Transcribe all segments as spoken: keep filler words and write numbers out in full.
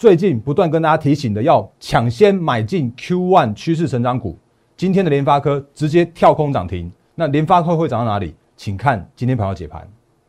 最近不断跟大家提醒的，要抢先买进 Q 一 趋势成长股。今天的联发科直接跳空涨停，那联发科会涨到哪里？请看今天盘后解盘。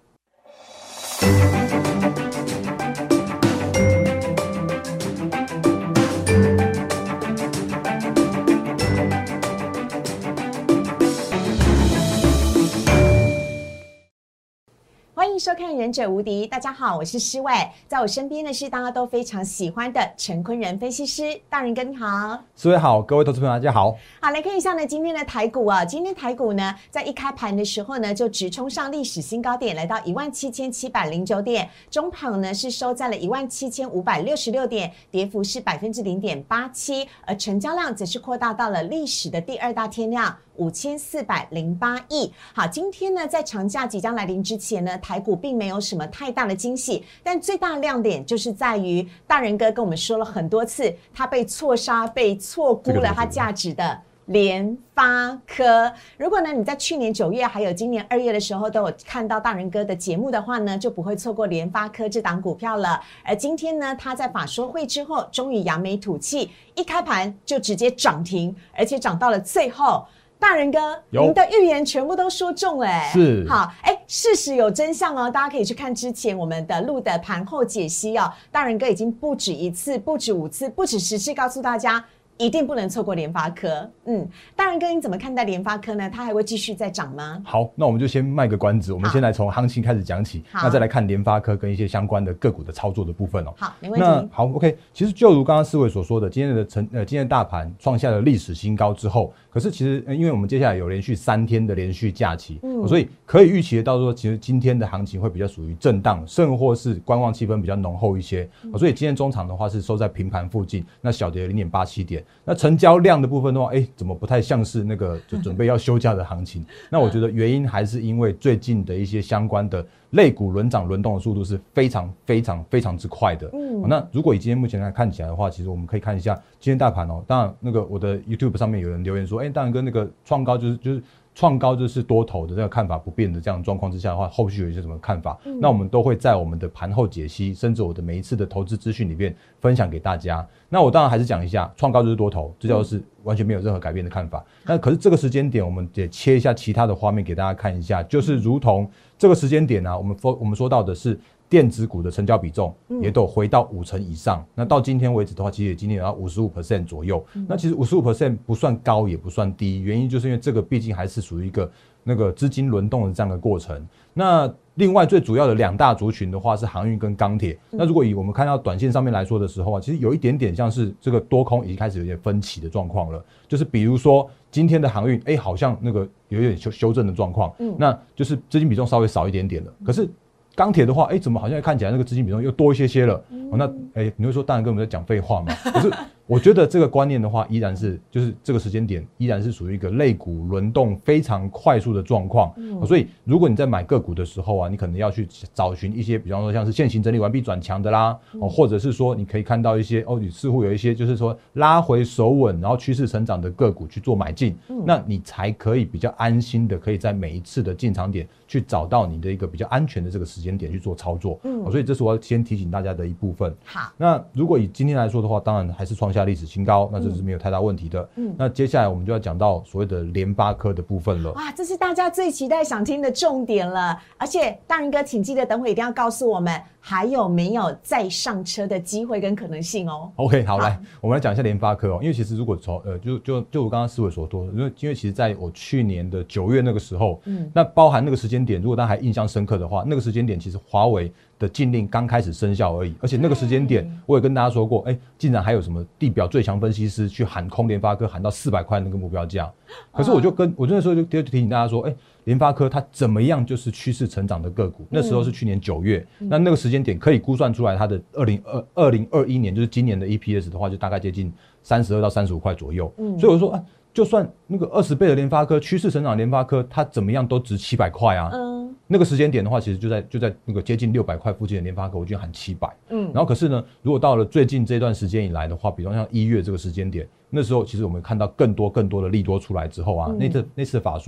欢迎收看《忍者无敌》，大家好，我是诗伟，在我身边的是大家都非常喜欢的陈坤仁分析师，大仁哥你好。 诗伟好，各位投资朋友大家好。 好，来看一下呢，今天的台股啊，今天台股呢，在一开盘的时候呢，就直冲上历史新高点，来到一万七千七百零九点，中盘呢是收在了一万七千五百六十六点，跌幅是百分之零点八七，而成交量则是扩大到了历史的第二大天量。五千四百零八亿。好，今天呢，在长假即将来临之前呢，台股并没有什么太大的惊喜，但最大的亮点就是在于大仁哥跟我们说了很多次，他被错杀、被错估了它价值的联发科。如果呢你在去年九月还有今年二月的时候都有看到大仁哥的节目的话呢，就不会错过联发科这档股票了。而今天呢，他在法说会之后，终于扬眉吐气，一开盘就直接涨停，而且涨到了最后。大仁哥，您的预言全部都说中了，哎， 是好，哎，事实有真相哦，大家可以去看之前我们的录的盘后解析哦。大仁哥已经不止一次、不止五次、不止十次告诉大家，一定不能错过联发科。嗯，大仁哥，你怎么看待联发科呢？它还会继续再涨吗？ 好，那我们就先卖个关子，我们先来从行情开始讲起，那再来看联发科跟一些相关的个股的操作的部分哦。 好，没问题。 那好 ，OK， 其实就如刚刚思维所说的，今天的成呃，今天的大盘创下了历史新高之后，可是其实、呃、因为我们接下来有连续三天的连续假期，嗯，所以可以预期得到说，其实今天的行情会比较属于震荡，甚或是观望气氛比较浓厚一些、嗯，所以今天中场的话是收在平盘附近，那小跌零点八七点，那成交量的部分的话，哎，怎么不太像是那个就准备要休假的行情？那我觉得原因还是因为最近的一些相关的类股轮涨轮动的速度是非常非常非常之快的。嗯，哦、那如果以今天目前来看起来的话，其实我们可以看一下今天大盘哦。当然，那个我的 YouTube 上面有人留言说，哎，当然跟那个创高就是就是。创高就是多头的这个看法不变的这样的状况之下的话，后续有一些什么看法、嗯、那我们都会在我们的盘后解析甚至我的每一次的投资资讯里面分享给大家。那我当然还是讲一下创高就是多头，这叫做是完全没有任何改变的看法、嗯、那可是这个时间点我们也切一下其他的画面给大家看一下，就是如同这个时间点啊，我们我们说到的是电子股的成交比重也都回到五成以上、嗯、那到今天为止的话，其实也今天有到 百分之五十五 左右、嗯、那其实 百分之五十五 不算高也不算低，原因就是因为这个毕竟还是属于一个那个资金轮动的这样的过程。那另外最主要的两大族群的话是航运跟钢铁、嗯、那如果以我们看到短线上面来说的时候啊，其实有一点点像是这个多空已经开始有点分歧的状况了，就是比如说今天的航运哎，好像那个有一点修修正的状况、嗯、那就是资金比重稍微少一点点了，可是钢铁的话，哎，怎么好像看起来那个资金比重又多一些些了？嗯哦、那哎，你会说，当然跟我们在讲废话嘛？可是我觉得这个观念的话，依然是就是这个时间点，依然是属于一个类股轮动非常快速的状况、嗯哦。所以，如果你在买个股的时候啊，你可能要去找寻一些，比方说像是现行整理完毕转强的啦，哦，或者是说你可以看到一些哦，你似乎有一些就是说拉回守稳，然后趋势成长的个股去做买进、嗯，那你才可以比较安心的，可以在每一次的进场点去找到你的一个比较安全的这个时间点去做操作。嗯，哦、所以这是我要先提醒大家的一部分。 好， 那如果以今天来说的话，当然还是创下历史新高，那这是没有太大问题的。嗯，那接下来我们就要讲到所谓的联发科的部分了。 哇，这是大家最期待想听的重点了。而且大仁哥，请记得等会一定要告诉我们还有没有再上车的机会跟可能性哦。 OK， 好，好来，我们来讲一下联发科哦。因为其实如果从呃，就就就我刚刚思维所说的，因为因为其实在我去年的九月那个时候，嗯，那包含那个时间点，如果大家还印象深刻的话，那个时间点其实华为的禁令刚开始生效而已，而且那个时间点我也跟大家说过，哎，竟然还有什么地表最强分析师去喊空联发科，喊到四百块那个目标价。可是我就跟我那时候就提醒大家说，哎，联发科它怎么样就是趋势成长的个股，那时候是去年九月、嗯，那那个时间点可以估算出来它的二零二二零二一年就是今年的 E P S 的话，就大概接近三十二到三十五块左右。嗯，所以我说啊，就算那个二十倍的联发科趋势成长的联发科，它怎么样都值七百块啊。嗯。那个时间点的话，其实就在就在那个接近六百块附近的联发科，我就喊七百。嗯，然后可是呢，如果到了最近这段时间以来的话，比方像一月这个时间点，那时候其实我们看到更多更多的利多出来之后啊，嗯、那次那次法说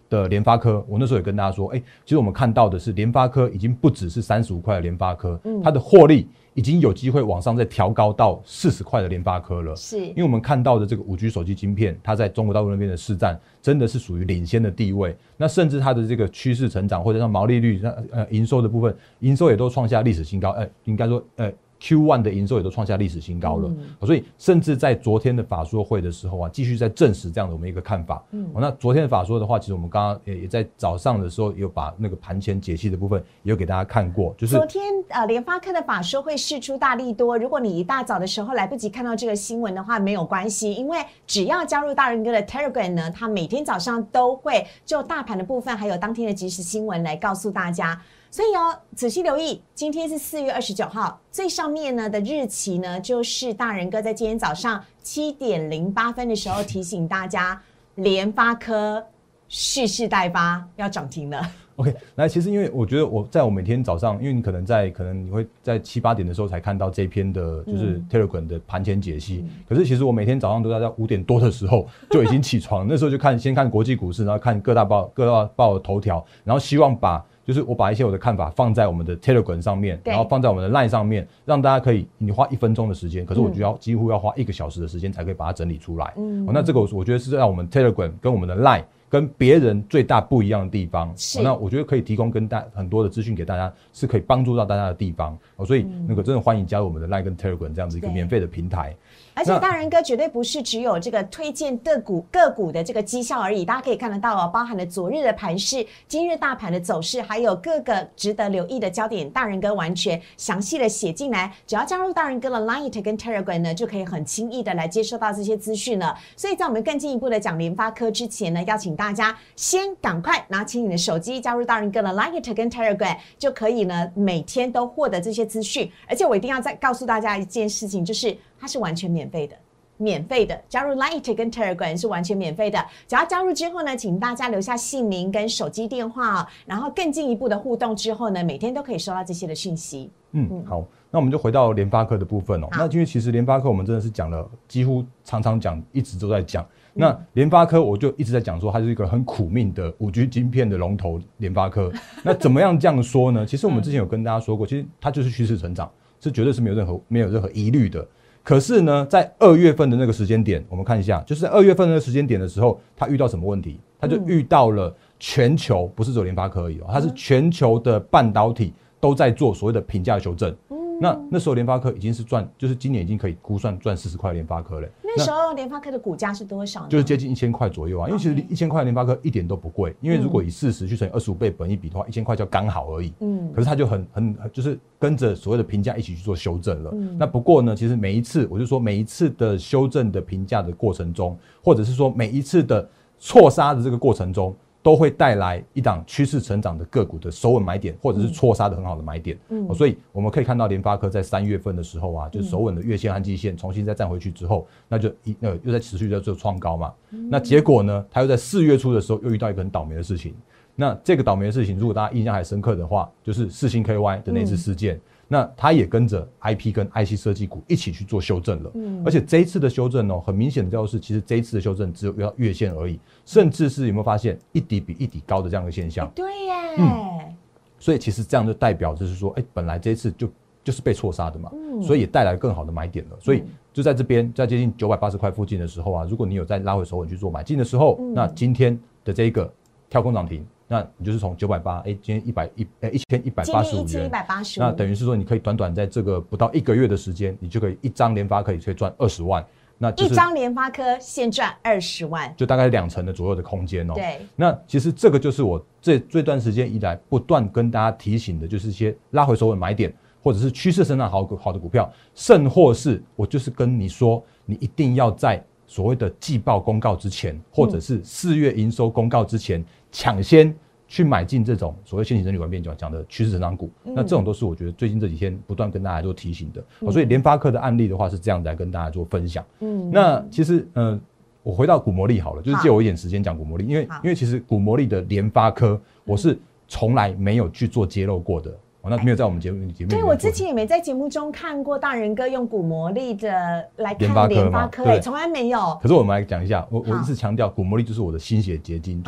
的联发科，我那时候也跟大家说，哎、欸，其实我们看到的是联发科已经不只是三十五块的联发科，嗯，它的获利已经有机会往上再调高到四十块的联发科了。 是， 因为我们看到的这个 五 G 手机晶片，它在中国大陆那边的市占真的是属于领先的地位。那甚至它的这个趋势成长，或者像毛利率、呃营收的部分，营收也都创下历史新高。呃，应该说，呃。Q 一 的营收也都创下历史新高了，嗯，所以甚至在昨天的法说会的时候啊，继续在证实这样的我们一个看法。嗯，那昨天的法说的话，其实我们刚刚也也在早上的时候有把那个盘前解析的部分也有给大家看过，就是昨天呃联发科的法说会释出大利多，如果你一大早的时候来不及看到这个新闻的话，没有关系，因为只要加入大人哥的 Telegram 呢，他每天早上都会就大盘的部分还有当天的即时新闻来告诉大家。所以哦，仔细留意，今天是四月二十九号，最上面呢的日期呢，就是大人哥在今天早上七点零八分的时候提醒大家，联发科蓄势待发，要涨停了。 OK， 来，其实因为我觉得我在我每天早上，因为你可能在可能你会在七八点的时候才看到这篇的，就是 Telegram 的盘前解析。嗯、可是其实我每天早上都在在五点多的时候就已经起床，那时候就看先看国际股市，然后看各大报各大报的头条，然后希望把。就是我把一些我的看法放在我们的 Telegram 上面，然后放在我们的 Line 上面，让大家可以你花一分钟的时间，可是我就要几乎要花一个小时的时间才可以把它整理出来。嗯，哦、那这个我觉得是让我们 Telegram 跟我们的 Line 跟别人最大不一样的地方。哦、那我觉得可以提供跟大很多的资讯给大家，是可以帮助到大家的地方。哦，所以那个真的欢迎加入我们的 Line 跟 Telegram 这样子一个免费的平台。 而且大人哥绝对不是只有这个推荐个股个股的这个绩效而已，大家可以看得到哦，包含了昨日的盘势、今日大盘的走势，还有各个值得留意的焦点，大人哥完全详细的写进来。只要加入大人哥的 Line 跟 Telegram 呢，就可以很轻易的来接收到这些资讯了。所以在我们更进一步的讲联发科之前呢，邀请大家先赶快拿起你的手机，加入大人哥的 Line 跟 Telegram， 就可以呢每天都获得这些资讯。而且我一定要再告诉大家一件事情，就是它是完全免费的。免费的加入 Line 跟 Telegram 是完全免费的，只要加入之后呢，请大家留下姓名跟手机电话、哦、然后更进一步的互动之后呢，每天都可以收到这些的讯息。 嗯，嗯好，那我们就回到联发科的部分哦。那因为其实联发科我们真的是讲了，几乎常常讲，一直都在讲。那联发科我就一直在讲说，它是一个很苦命的 五 G 晶片的龙头联发科。那怎么样这样说呢？其实我们之前有跟大家说过，其实它就是趋势成长，是绝对是没有任何没有任何疑虑的。可是呢，在二月份的那个时间点，我们看一下，就是在二月份的那个时间点的时候，它遇到什么问题？它就遇到了全球，不是只有联发科而已哦，它是全球的半导体都在做所谓的评价修正。那那时候联发科已经是赚，就是今年已经可以估算赚四十块联发科了。 那时候联发科的股价是多少呢？ 就是接近一千块左右啊。因为其实一千块联发科一点都不贵，因为如果以四十去乘以二十五倍本益比的话，一千块就刚好而已。嗯，可是它就很很就是跟着所谓的评价一起去做修正了。嗯，那不过呢，其实每一次我就说每一次的修正的评价的过程中，或者是说每一次的错杀的这个过程中，都会带来一档趋势成长的个股的首稳买点，或者是错杀的很好的买点。嗯，所以我们可以看到联发科在三月份的时候啊，就是首稳的月线和季线重新再站回去之后，那就一呃又在持续在做创高嘛。嗯，那结果呢，它又在四月初的时候又遇到一个很倒霉的事情。那这个倒霉的事情，如果大家印象还深刻的话，就是世芯 K Y 的那次事件。嗯，那它也跟着 I P 跟 I C 设计股一起去做修正了。嗯，而且这一次的修正哦，很明显的就是，其实这一次的修正只有要月线而已，甚至是有没有发现一底比一底高的这样的现象？ 对耶。 嗯，所以其实这样就代表就是说，哎，本来这一次就就是被错杀的嘛，嗯，所以也带来更好的买点了。所以就在这边，在接近九百八十块附近的时候啊，如果你有在拉回手稳去做买进的时候，嗯，那今天的这一个跳空涨停。那你就是从九百八，哎，今天一百一，哎，一千一百八十五元， 一百八十五， 那等于是说，你可以短短在这个不到一个月的时间，你就可以一张联发科可以赚二十万，那就是一张联发科现赚二十万， 就大概两成的左右的空间哦。 对， 那其实这个就是我这这段时间以来不断跟大家提醒的，就是一些拉回手稳买点，或者是趋势成长好好的股票，甚或是我就是跟你说，你一定要在所谓的季报公告之前，或者是四月营收公告之前，抢先去买进这种所谓先行整理完变讲的趋势成长股。嗯，那这种都是我觉得最近这几天不断跟大家做提醒的。嗯，所以联发科的案例的话是这样来跟大家做分享。嗯，那其实呃，我回到股魔力好了，就是借我一点时间讲股魔力，因为因为其实股魔力的联发科我是从来没有去做揭露过的。哦，那没有在我们节目节目里面。 对，我之前也没在节目中看过大人哥用股魔力的来看联发科，哎，从来没有。 可是我们来讲一下，我我一直强调股魔力就是我的心血结晶，就是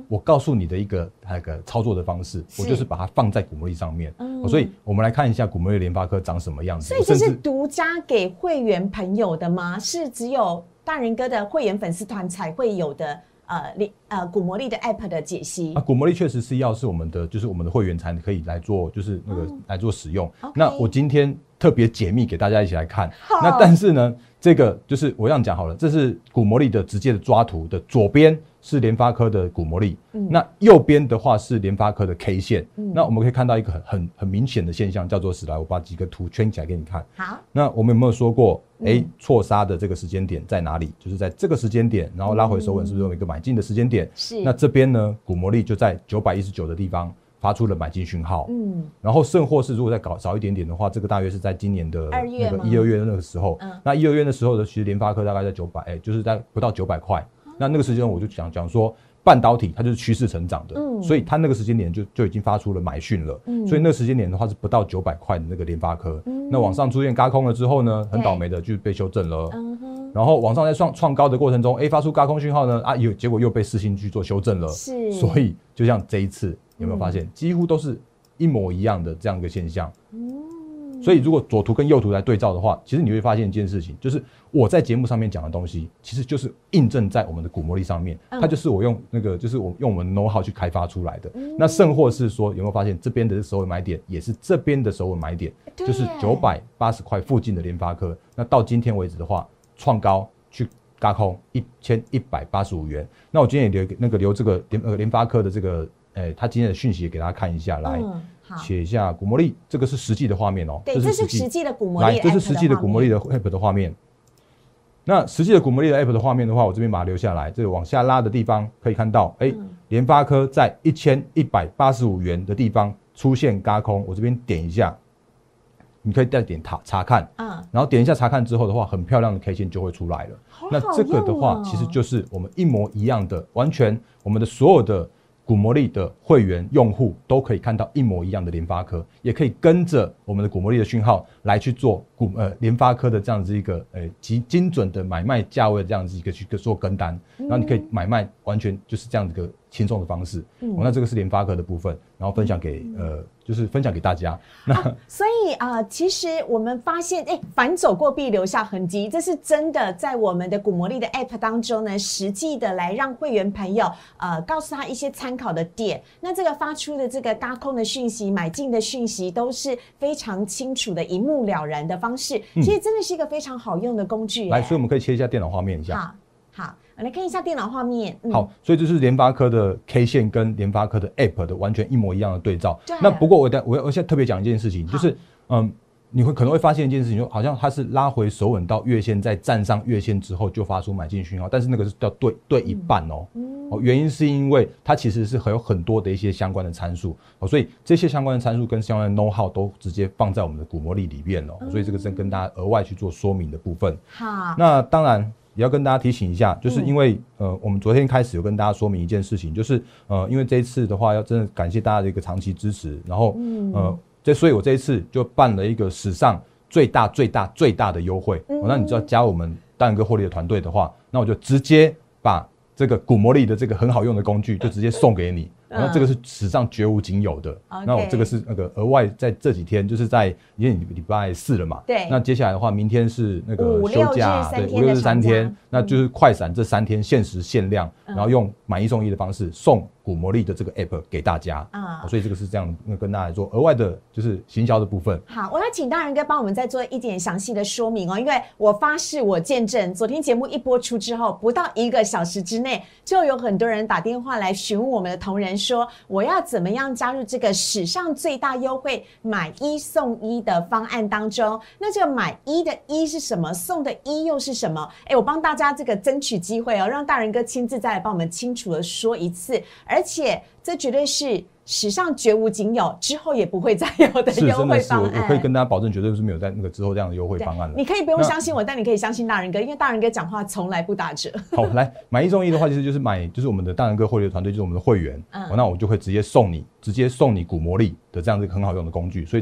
我告诉你的一个那个操作的方式，我就是把它放在股魔力上面。嗯，所以我们来看一下股魔力联发科长什么样子。 所以这是独家给会员朋友的吗？是只有大人哥的会员粉丝团才会有的？呃，呃，股魔力的 App 的解析啊，股魔力确实是要是我们的，就是我们的会员才可以来做，就是那个、嗯、来做使用。 Okay. 那我今天特别解密给大家一起来看。那但是呢，这个就是我这样讲好了，这是股魔力的直接的抓图的左边是联发科的股魔力，嗯、那右边的话是联发科的 K 线。嗯、那我们可以看到一个很很很明显的现象，叫做是来，我把几个图圈起来给你看。 好， 那我们有没有说过？哎，错杀的这个时间点在哪里？就是在这个时间点，然后拉回手稳，是不是有一个买进的时间点？ 是。 那这边呢，股魔力就在九百一十九的地方发出了买进讯号。嗯。然后甚或是如果再搞少一点点的话，这个大约是在今年的那个一二月的那个时候。嗯。那一二月的时候呢，其实联发科大概在九百，哎，就是在不到九百块。嗯、那那个时间我就讲讲说。半导体它就是趋势成长的，嗯、所以它那个时间点就就已经发出了买讯了，嗯、所以那个时间点的话是不到九百块的那个联发科，嗯、那往上出现轧空了之后呢，很倒霉的就被修正了，嗯、然后往上在创创高的过程中，哎，发出轧空讯号呢，啊，有结果又被世芯去做修正了， 是， 所以就像这一次有没有发现，嗯、几乎都是一模一样的这样一个现象，嗯、所以如果左图跟右图来对照的话，其实你会发现一件事情，就是我在节目上面讲的东西，其实就是印证在我们的股魔力上面，嗯、它就是我用那个，就是我用我们 know how 去开发出来的。嗯、那甚或是说，有没有发现这边的首稳买点也是这边的首稳买点，就是九百八十块附近的联发科。那到今天为止的话，创高去轧空一千一百八十五元。那我今天也留那个留这个联呃联发科的这个，呃，他今天的讯息也给大家看一下来。嗯写一下股魔力，这个是实际的画面哦。 对，这是实际的股魔力。 来，这是实际的股魔力的 App 的画面。那实际的股魔力的 App 的画面的话，我这边把它留下来。这个往下拉的地方可以看到，哎，联发科在一千一百八十五元的地方出现轧空，我这边点一下，你可以再点查查看，嗯，然后点一下查看之后的话，很漂亮的 K 线就会出来了。 好好那这个的话，其实就是我们一模一样的，完全我们的所有的。股魔力的会员用户都可以看到一模一样的联发科，也可以跟着我们的股魔力的讯号来去做股呃联发科的这样子一个呃极精准的买卖价位这样子一个去做跟单，嗯、然后你可以买卖完全就是这样子一个轻松的方式。嗯哦、那这个是联发科的部分，然后分享给、嗯、呃就是分享给大家。那、 啊、所以啊、呃，其实我们发现，哎，反走过必留下痕迹，这是真的，在我们的股魔力的 App 当中呢，实际的来让会员朋友呃告诉他一些参考的点。那这个发出的这个轧空的讯息、买进的讯息，都是非常清楚的、一目了然的方式。嗯、其实真的是一个非常好用的工具。 来，所以我们可以切一下电脑画面一下。 好，好。我来看一下电脑画面。 嗯、好，所以这是联发科的 K 线跟联发科的 App 的完全一模一样的对照。对。那不过我我我现在特别讲一件事情，就是嗯，你会可能会发现一件事情，就好像它是拉回手稳到月线，在站上月线之后就发出买进讯号，但是那个是要对对一半哦。嗯、哦，原因是因为它其实是还有很多的一些相关的参数哦，所以这些相关的参数跟相关的 know how 都直接放在我们的股魔力里面了、哦，嗯、所以这个是跟大家额外去做说明的部分。 好， 那当然。也要跟大家提醒一下，就是因为、嗯、呃，我们昨天开始有跟大家说明一件事情，就是呃，因为这一次的话，要真的感谢大家的一个长期支持，然后、嗯、呃，这所以我这一次就办了一个史上最大最大最大的优惠。嗯哦、那你只要加我们大人哥获利的团队的话，那我就直接把这个股魔力的这个很好用的工具就直接送给你。那这个是史上绝无仅有的。嗯、那我这个是那个额外在这几天，就是在因为礼拜四了嘛。 对。 那接下来的话，明天是那个休假，对，五六日三天，嗯、那就是快闪这三天限时限量，嗯、然后用买一送一的方式送股魔力的这个 app 给大家。啊、嗯。所以这个是这样，那跟大家做额外的，就是行销的部分。 好，我要请大人哥帮我们再做一点详细的说明哦，因为我发誓，我见证，昨天节目一播出之后，不到一个小时之内，就有很多人打电话来询问我们的同仁说，我要怎么样加入这个史上最大优惠买一送一的方案当中？那这个买一的一是什么？送的一又是什么？哎，我帮大家这个争取机会哦，让大人哥亲自再来帮我们清楚的说一次，而且这绝对是史上绝无仅有，之后也不会再有的优惠方案。 是，真的是，我可以跟大家保证，绝对是没有在那个之后这样的优惠方案了。 你可以不用相信我，但你可以相信大人哥，因为大人哥讲话从来不打折。 好，来买一送一的话，其实就是买，就是我们的大人哥获利的团队，就是我们的会员。嗯，那我就会直接送你，直接送你股魔力的这样子很好用的工具。所以这是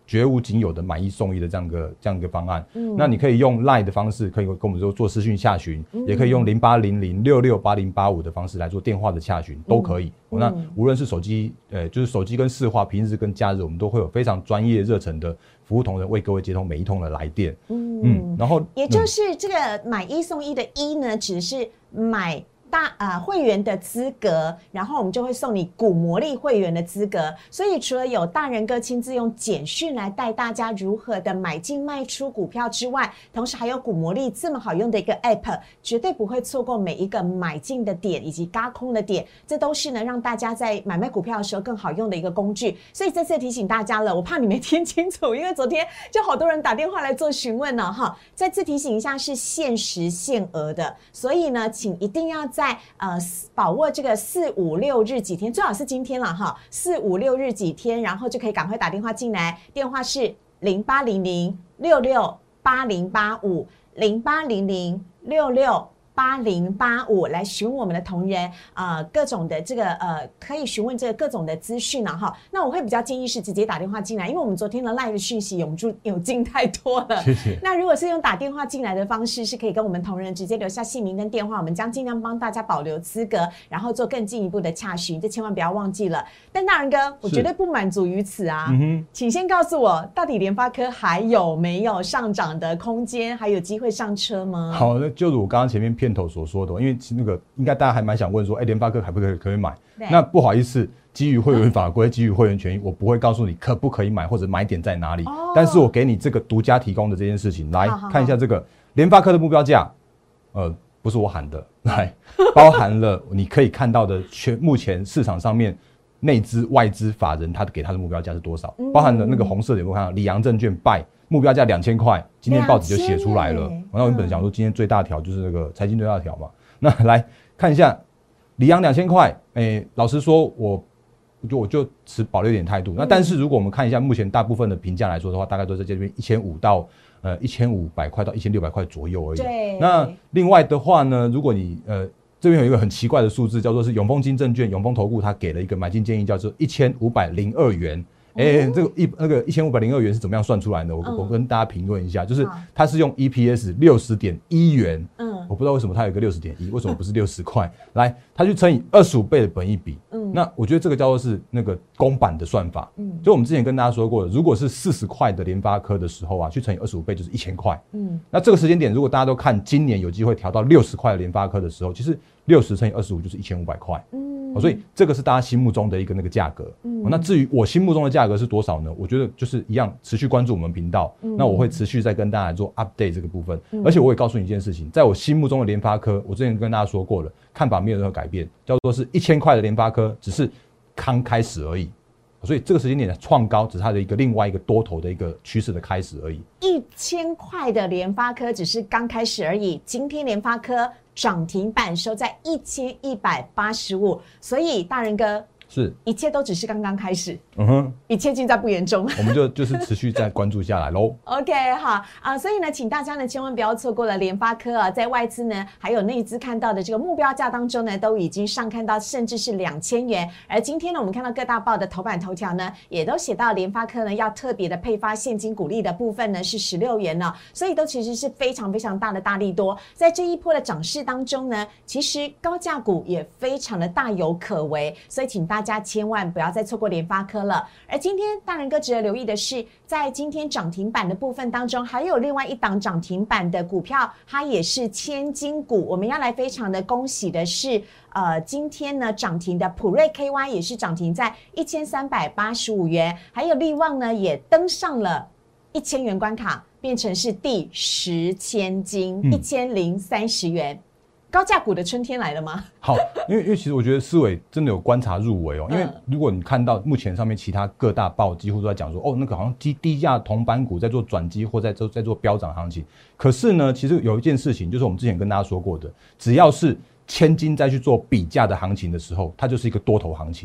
绝无仅有的买一送一的这样个这样一个方案。嗯，那你可以用 Line 的方式，可以跟我们说做视讯洽询，嗯、也可以用零八零零六六八零八五的方式来做电话的洽询，都可以。嗯、那无论是手机，呃，就是手机跟市话，平日跟假日，我们都会有非常专业热忱的服务同仁为各位接通每一通的来电。嗯嗯，然后也就是这个买一送一的一呢，只是买大呃会员的资格，然后我们就会送你股魔力会员的资格。所以除了有大人哥亲自用简讯来带大家如何的买进卖出股票之外，同时还有股魔力这么好用的一个 app， 绝对不会错过每一个买进的点以及軋空的点，这都是呢让大家在买卖股票的时候更好用的一个工具。所以再次提醒大家了，我怕你没听清楚，因为昨天就好多人打电话来做询问了哈。再次提醒一下，是限时限额的，所以呢，请一定要在在呃把握这个四五六日几天，最好是今天了哈，四五六日几天，然后就可以赶快打电话进来，电话是零八零零六六八零八五零八零零六六八零八五来询问我们的同仁，呃，各种的这个呃，可以询问这个各种的资讯啊哈。那我会比较建议是直接打电话进来，因为我们昨天的 LINE 的讯息有有进太多了。 谢谢。 那如果是用打电话进来的方式，是可以跟我们同仁直接留下姓名跟电话，我们将尽量帮大家保留资格，然后做更进一步的洽询，这千万不要忘记了。但大人哥，我绝对不满足于此啊！嗯、请先告诉我，到底联发科还有没有上涨的空间，还有机会上车吗？ 好，那就如我刚刚前面片头所说的，因为那个应该大家还蛮想问说，哎、欸，联发科还不可以可以买？那不好意思，基于会员法规、基于会员权益，我不会告诉你可不可以买或者买点在哪里。哦、但是我给你这个独家提供的这件事情，来好好好看一下这个联发科的目标价，呃，不是我喊的，来包含了你可以看到的全目前市场上面内资、外资、法人他给他的目标价是多少，嗯、包含了那个红色的有没有看到？里昂证券拜目标价两千块，今天报纸就写出来了。那我原本想说今天最大条就是那个财经最大条嘛，那来看一下里昂两千块，哎，老实说我。我就我就持保留一点态度。嗯、那但是如果我们看一下目前大部分的评价来说的话，大概都在这边一千五到呃一千五百块到一千六百块左右而已。 对。 那另外的话呢，如果你呃这边有一个很奇怪的数字，叫做是永丰金证券、永丰投顾，它给了一个买进建议，叫做一千五百零二元。哎、欸，这个一那个一千五百零二元是怎么样算出来的？我、嗯、我跟大家评论一下，就是它是用 E P S 六十点一元，嗯，我不知道为什么它有一个六十点一，为什么不是六十块？来，它去乘以二十五倍的本益比，嗯，那我觉得这个叫做是那个公版的算法，嗯，就我们之前跟大家说过的，如果是四十块的联发科的时候啊，去乘以二十五倍就是一千块，嗯，那这个时间点如果大家都看今年有机会调到六十块的联发科的时候，其实六十乘以二十五就是一千五百块，嗯。所以这个是大家心目中的一个那个价格。嗯，那至于我心目中的价格是多少呢？我觉得就是一样，持续关注我们频道，嗯、那我会持续再跟大家做 update 这个部分。嗯、而且我也告诉你一件事情，在我心目中的联发科，我之前跟大家说过了，看法没有任何改变，叫做是一千块的联发科，只是刚开始而已。所以这个时间点的创高，只是它的一个另外一个多头的一个趋势的开始而已。 一千块的联发科只是刚开始而已。今天联发科涨停板收在一千一百八十五，所以大人哥是一切都只是刚刚开始。 嗯哼， 一切尽在不言中。 我们就就是持续再关注下来喽。 OK， 好啊、呃，所以呢，请大家呢千万不要错过了联发科啊，在外资呢还有内资看到的这个目标价当中呢，都已经上看到甚至是两千元。而今天呢，我们看到各大报的头版头条呢，也都写到联发科呢要特别的配发现金股利的部分呢是十六元了，所以都其实是非常非常大的大利多。在这一波的涨势当中呢，其实高价股也非常的大有可为，所以请大家千万不要再错过联发科了。而今天大人哥值得留意的是，在今天涨停板的部分当中，还有另外一档涨停板的股票，它也是千金股。我们要来非常的恭喜的是，呃，今天呢涨停的普瑞 K Y 也是涨停在一千三百八十五元，还有力旺呢也登上了一千元关卡，变成是第十千金，一千零三十元。高价股的春天来了吗？ 好，因为因为其实我觉得思维真的有观察入微哦。因为如果你看到目前上面其他各大报几乎都在讲说，哦，那个好像低低价铜板股在做转机或在做在做飙涨行情。可是呢，其实有一件事情，就是我们之前跟大家说过的，只要是千金再去做比价的行情的时候，它就是一个多头行情。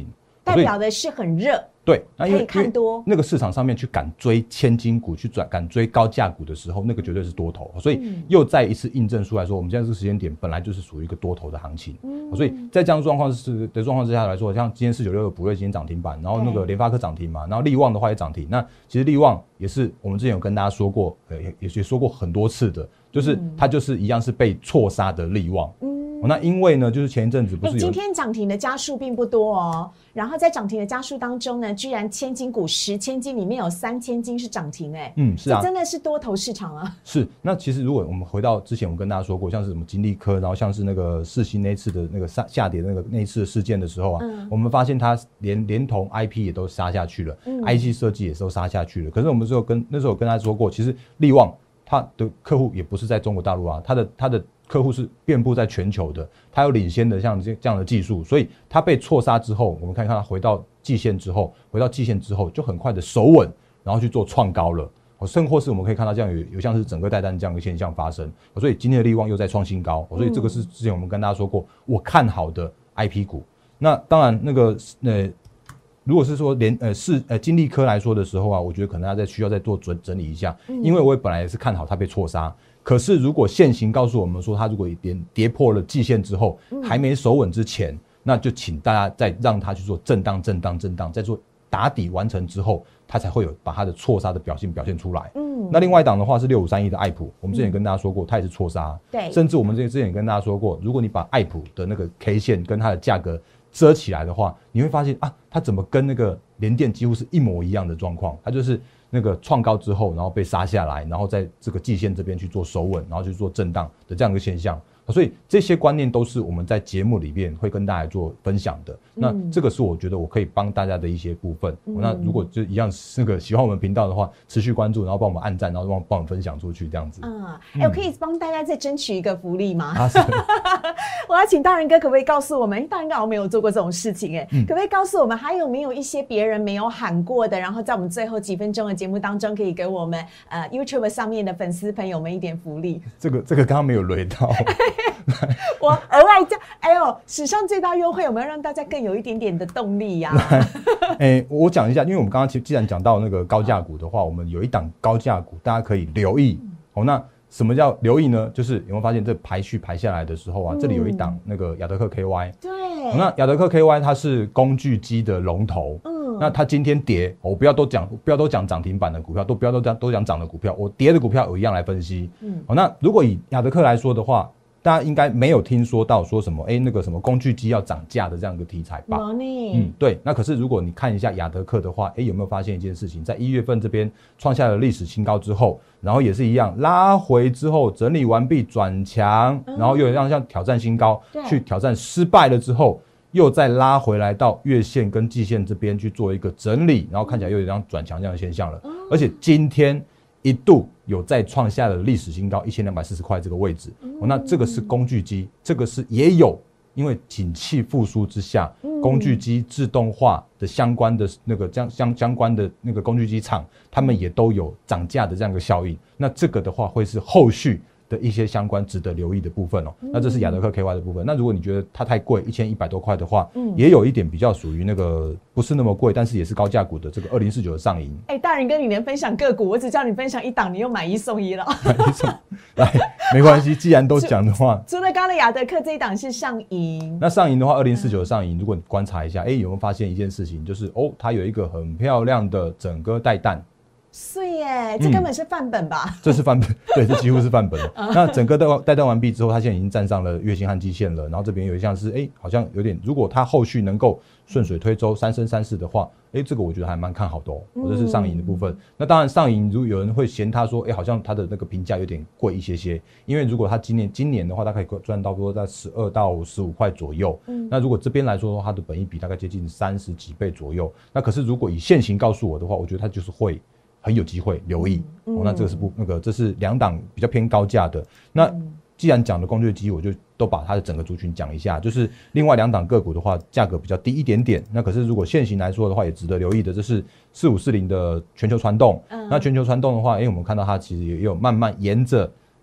代表的是很热。 对，那因为可以看多那个市场上面去敢追千金股，去转敢追高价股的时候，那个绝对是多头，所以又再一次印证出来说，我们现在这个时间点本来就是属于一个多头的行情。嗯、所以在这样状况是的状况之下来说，像今天四九六的补瑞今天涨停板，然后那个联发科涨停嘛，然后力旺的话也涨停。那其实力旺也是我们之前有跟大家说过，呃，也也说过很多次的，就是它就是一样是被错杀的力旺。嗯哦、那因为呢，就是前一阵子不是有、欸、 今天涨停的家数并不多哦，然后在涨停的家数当中呢，居然千金股十千金里面有三千金是涨停，哎， 嗯，是啊， 这真的是多头市场啊。 是，那其实如果我们回到之前，我跟大家说过，像是什么金利科，然后像是那个世芯那一次的那个下下跌的那个那一次的事件的时候啊，嗯、我们发现它连连同 I P 也都杀下去了、嗯、，I C 设计也都杀下去了。可是我们之后跟那时候有跟大家说过，其实力旺它的客户也不是在中国大陆啊，它的它的客户是遍布在全球的，它有领先的像这样的技术，所以它被错杀之后，我们看看它回到季线之后，回到季线之后就很快的守稳，然后去做创高了。甚或是我们可以看到这样有有像是整个带单这样的现象发生，所以今天的力旺又在创新高，所以这个是之前我们跟大家说过我看好的 I P 股。那当然那个呃。如果是说连呃是呃金利科来说的时候啊，我觉得可能要再需要再做整整理一下，因为我也本来也是看好它被错杀，可是如果现行告诉我们说它如果连跌破了季线之后，还没守稳之前，那就请大家再让它去做震荡震荡震荡，再做打底完成之后，它才会有把它的错杀的表现表现出来。嗯，那另外一档的话是六五三一的爱普，我们之前也跟大家说过，它也是错杀，对，甚至我们之前也跟大家说过，如果你把爱普的那个 K 线跟它的价格遮起来的话，你会发现啊，它怎么跟那个联电几乎是一模一样的状况，它就是那个创高之后，然后被杀下来，然后在这个季线这边去做守稳，然后去做震荡的这样一个现象。所以这些观念都是我们在节目里面会跟大家做分享的。那这个是我觉得我可以帮大家的一些部分。嗯、那如果就一样那个喜欢我们频道的话，持续关注，然后帮我们按赞，然后帮帮我们分享出去，这样子。 嗯，哎、欸，我可以帮大家再争取一个福利吗？ 啊、 我要请大人哥，可不可以告诉我们？大人哥好像没有做过这种事情、欸，哎、嗯，可不可以告诉我们还有没有一些别人没有喊过的？然后在我们最后几分钟的节目当中，可以给我们呃 YouTube 上面的粉丝朋友们一点福利。 这个这个刚刚没有雷到。 我额外加，哎呦，史上最大优惠，有没有让大家更有一点点的动力呀、啊？ 哎，我讲一下，因为我们刚刚既然讲到那个高价股的话，我们有一档高价股，大家可以留意。好、嗯哦，那什么叫留意呢？就是有没有发现这排序排下来的时候啊，嗯、这里有一档那个亚德克 K Y。对，哦、那亚德克 K Y 它是工具机的龙头。嗯，那它今天跌，我、哦、不要都讲，不要都讲涨停板的股票，都不要都讲都讲涨的股票，我跌的股票我一样来分析。嗯，好、哦，那如果以亚德克来说的话。大家应该没有听说到说什么，哎、欸，那个什么工具机要涨价的这样一个题材吧？嗯，对。那可是如果你看一下亚德克的话，哎、欸，有没有发现一件事情？在一月份这边创下了历史新高之后，然后也是一样拉回之后整理完毕转强，然后又有让像挑战新高，去挑战失败了之后，又再拉回来到月线跟季线这边去做一个整理，然后看起来又有这样转强这样的现象了。嗯、而且今天一度有再创下了历史新高一千两百四十块这个位置、嗯哦、那这个是工具机，这个是也有因为景气复苏之下、嗯、工具机自动化的相关的那个相相关的那个工具机厂，他们也都有涨价的这样一个效应，那这个的话会是后续的一些相关值得留意的部分哦。嗯、那这是亚德克 K Y 的部分。那如果你觉得它太贵，一千一百多块的话，嗯，也有一点比较属于那个不是那么贵，但是也是高价股的这个二零四九的上银。 哎、欸，大人跟你连分享个股，我只叫你分享一档，你又买一送一了。 买一送，来，没关系，既然都讲的话， 除了刚刚的亚德克这一档是上银， 那上银的话，二零四九的上银，如果你观察一下，哎、欸，有没有发现一件事情，就是哦，它有一个很漂亮的整个带弹。 是耶，这根本是范本吧、嗯？ 这是范本，对，这几乎是范本了。那整个带弹完毕之后，它现在已经站上了月线和季线了。然后这边有一项是，哎、欸，好像有点，如果它后续能够顺水推舟、三升三世的话，哎、欸，这个我觉得还蛮看好的哦。嗯、这是上银的部分。那当然，上银如果有人会嫌它说，哎、欸，好像它的那个评价有点贵一些些，因为如果它今年今年的话，它可以赚到多在十二到十五块左右。嗯，那如果这边来说的话，它的本益比大概接近三十几倍左右。那可是如果以现行告诉我的话，我觉得它就是会。很有机会留意、嗯哦、那这个是不那个这是两档比较偏高价的。那既然讲的工具机，我就都把它的整个族群讲一下。就是另外两档个股的话，价格比较低一点点。那可是如果现行来说的话，也值得留意的，这是四五四零的全球传动。嗯、那全球传动的话，哎、欸，我们看到它其实也有慢慢沿着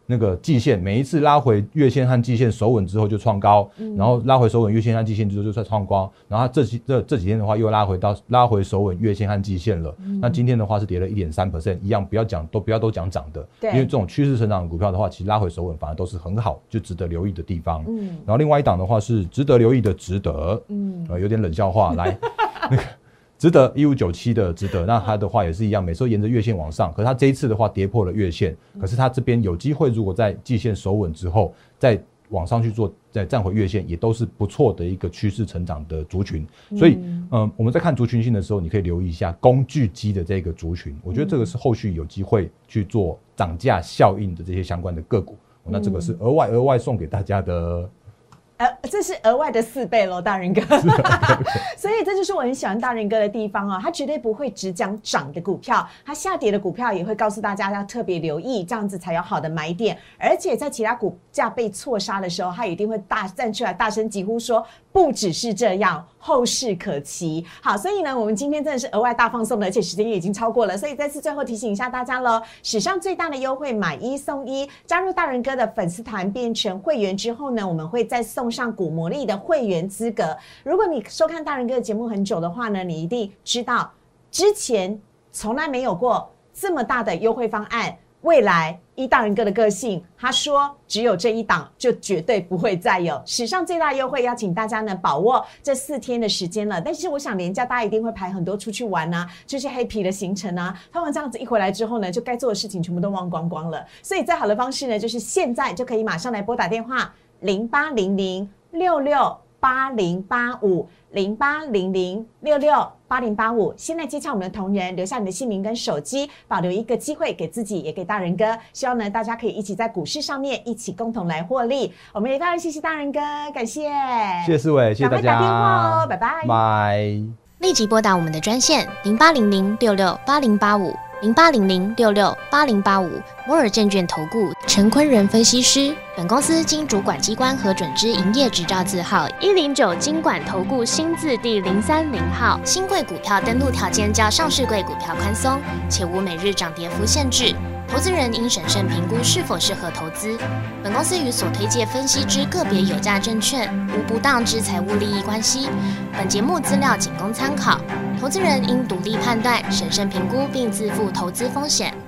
那个季线，每一次拉回月线和季线守稳之后就创高，嗯、然后拉回守稳月线和季线之后就再创高，然后这几这这几天的话又拉回到拉回守稳月线和季线了。嗯、那今天的话是跌了 一点三 percent， 一样不要讲都不要都讲涨的，因为这种趋势成长的股票的话，其实拉回守稳反而都是很好，就值得留意的地方。嗯、然后另外一档的话是值得留意的值得，嗯，呃有点冷笑话来那个。值得一五九七的值得，那它的话也是一样，每次都沿着月线往上，可是它这一次的话跌破了月线，可是它这边有机会，如果在季线守稳之后，再往上去做，再站回月线，也都是不错的一个趋势成长的族群。所以，嗯、呃，我们在看族群性的时候，你可以留意一下工具机的这个族群，我觉得这个是后续有机会去做涨价效应的这些相关的个股，那这个是额外额外送给大家的。 呃，这是额外的四倍咯，大人哥。所以这就是我很喜欢大人哥的地方哦，他绝对不会只讲涨的股票，他下跌的股票也会告诉大家要特别留意，这样子才有好的买点。而且在其他股价被错杀的时候，他一定会大站出来大声疾呼说，不只是这样，后市可期。好，所以呢，我们今天真的是额外大放送的，而且时间也已经超过了，所以再次最后提醒一下大家咯，史上最大的优惠，买一送一，加入大人哥的粉丝团变成会员之后呢，我们会再送上股魔力的会员资格。如果你收看大人哥的节目很久的话呢，你一定知道之前从来没有过这么大的优惠方案。未来依大人哥的个性，他说只有这一档就绝对不会再有史上最大优惠，邀请大家呢把握这四天的时间了。但是我想连假大家一定会排很多出去玩啊，出去黑皮的行程啊，他们这样子一回来之后呢，就该做的事情全部都忘光光了。所以最好的方式呢，就是现在就可以马上来拨打电话零八零零六六八零八五零八零零六六八零八五，现在接洽我们的同仁，留下你的姓名跟手机，保留一个机会给自己也给大人哥。希望呢大家可以一起在股市上面一起共同来获利。我们也当然谢谢大人哥，感谢， 谢谢思伟，谢谢大家， 赶快打电话哦，拜拜， 拜。 立即拨打我们的专线零八零零六六八零八五零八零零六六八零八五，摩尔证券投顾陈坤仁分析师。本公司经主管机关核准之营业执照字号一零九金管投顾新字第零三零号。新贵股票登录条件较上市贵股票宽松，且无每日涨跌幅限制。投资人应审慎评估是否适合投资。本公司与所推介分析之个别有价证券无不当之财务利益关系。本节目资料仅供参考，投资人应独立判断、审慎评估并自负投资风险。